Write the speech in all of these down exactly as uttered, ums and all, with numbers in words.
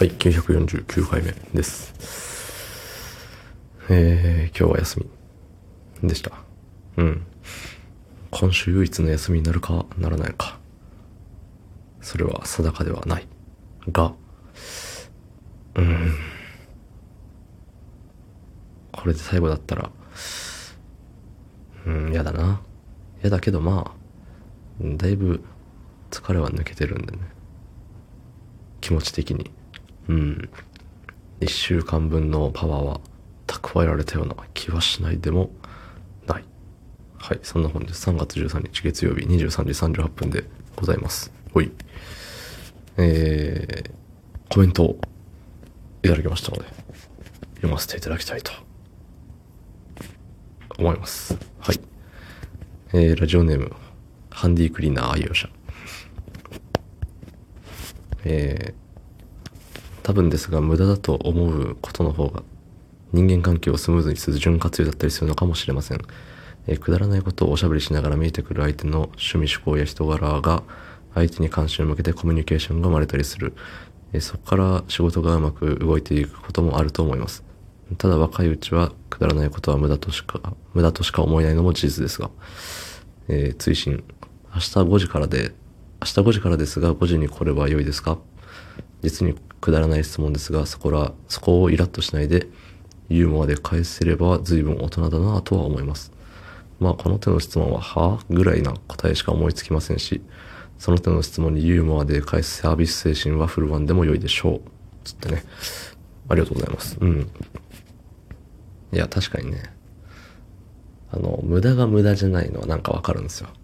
はい、きゅうひゃくよんじゅうきゅうかいめです。えー、今日は休みでした。うん。今週唯一の休みになるかならないか。それは定かではない。が、うん。これで最後だったら、うん、やだな。やだけどまあ、だいぶ疲れは抜けてるんでね。気持ち的に。うん。一週間分のパワーは蓄えられたような気はしないでもない。はい、そんな本日さんがつじゅうさんにち月曜日にじゅうさんじさんじゅうはっぷんでございます。ほい。えー、コメントをいただきましたので、読ませていただきたいと思います。はい。えー、ラジオネーム、ハンディクリーナー愛用者。えー、多分ですが無駄だと思うことの方が人間関係をスムーズにする潤滑油だったりするのかもしれません。えー、くだらないことをおしゃべりしながら見えてくる相手の趣味思考や人柄が相手に関心を向けてコミュニケーションが生まれたりする。えー、そこから仕事がうまく動いていくこともあると思います。ただ若いうちはくだらないことは無駄としか無駄としか思えないのも事実ですが、えー、追伸、明日ごじからで明日ごじからですがごじに来れば良いですか。実にくだらない質問ですが、そこらそこをイラッとしないでユーモアで返せれば随分大人だなとは思います。まあこの手の質問ははぁぐらいな答えしか思いつきませんし、その手の質問にユーモアで返すサービス精神はフルワンでも良いでしょうつってね。ありがとうございます。うん。いや確かにね、あの無駄が無駄じゃないのはなんかわかるんですよ。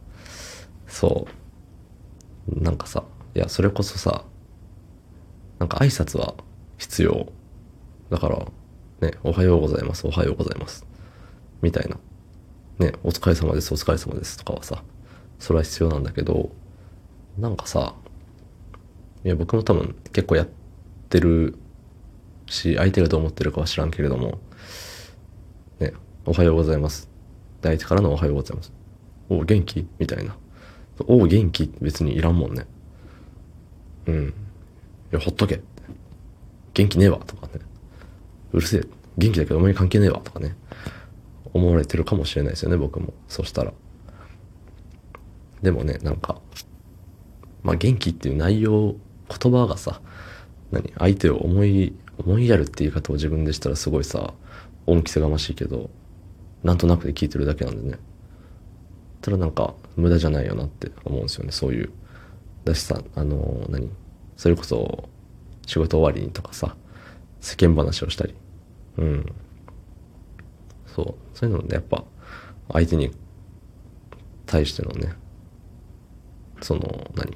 そうなんかさ、いやそれこそさ、なんか挨拶は必要だからね、おはようございます、おはようございますみたいなね、お疲れ様です、お疲れ様ですとかはさ、それは必要なんだけど、なんかさ、いや僕も多分結構やってるし、相手がどう思ってるかは知らんけれどもね、おはようございますで、相手からのおはようございます、お元気みたいな、お元気別にいらんもんね。うん。いやほっとけ、元気ねえわとかね、うるせえ、元気だけどお前に関係ねえわとかね、思われてるかもしれないですよね、僕も。そしたらでもね、なんかまあ元気っていう内容、言葉がさ、何相手を思い思いやるっていう言い方を自分でしたらすごいさ、恩着せがましいけど、なんとなくで聞いてるだけなんでね。ただなんか無駄じゃないよなって思うんですよね、そういう。だしさ、あのー、何それこそ仕事終わりにとかさ、世間話をしたり、うん、そうそういうのでやっぱ相手に対してのね、その何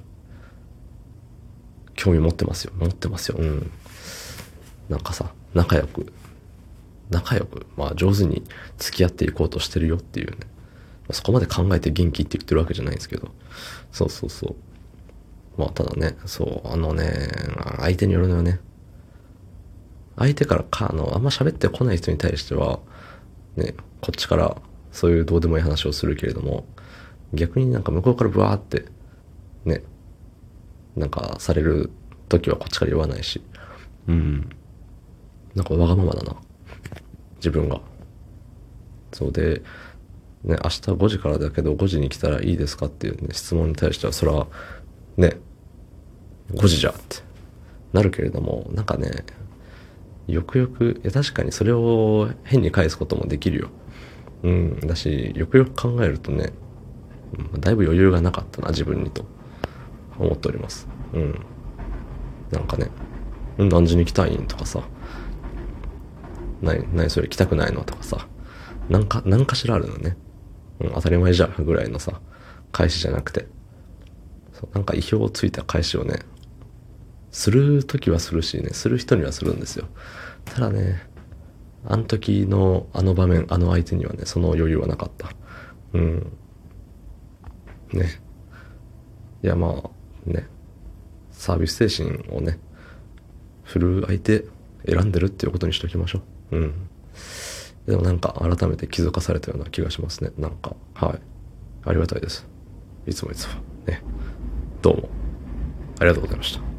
興味持ってますよ持ってますよ。うん。なんかさ、仲良く仲良くまあ上手に付き合っていこうとしてるよっていうね。そこまで考えて元気って言ってるわけじゃないんですけど、そうそうそう。まあただね、そうあのね、相手によるのよね。相手からかあのあんま喋ってこない人に対してはね、こっちからそういうどうでもいい話をするけれども、逆になんか向こうからブワーってね、なんかされる時はこっちから言わないし、うん、なんかわがままだな自分が。そうでね、明日ごじからだけどごじに来たらいいですかっていう、ね、質問に対してはそれはね、ごじじゃってなるけれども、なんかね、よくよく、いや確かにそれを変に返すこともできるよ。うん、だしよくよく考えるとね、だいぶ余裕がなかったな自分にと思っております。うん。なんかね、何時に来たいんとかさ、何、何それ来たくないのとかさ、なんか、何かしらあるのね。うん、当たり前じゃんぐらいのさ、返しじゃなくて、そうなんか意表をついた返しをね、するときはするしね、する人にはするんですよ。ただね、あの時のあの場面、あの相手にはね、その余裕はなかった。うん。ね。いやまあ、ね、サービス精神をね、振る相手選んでるっていうことにしておきましょう。うん。でもなんか改めて気づかされたような気がしますね。なんか、はい。ありがたいです。いつもいつも。ね。どうも。ありがとうございました。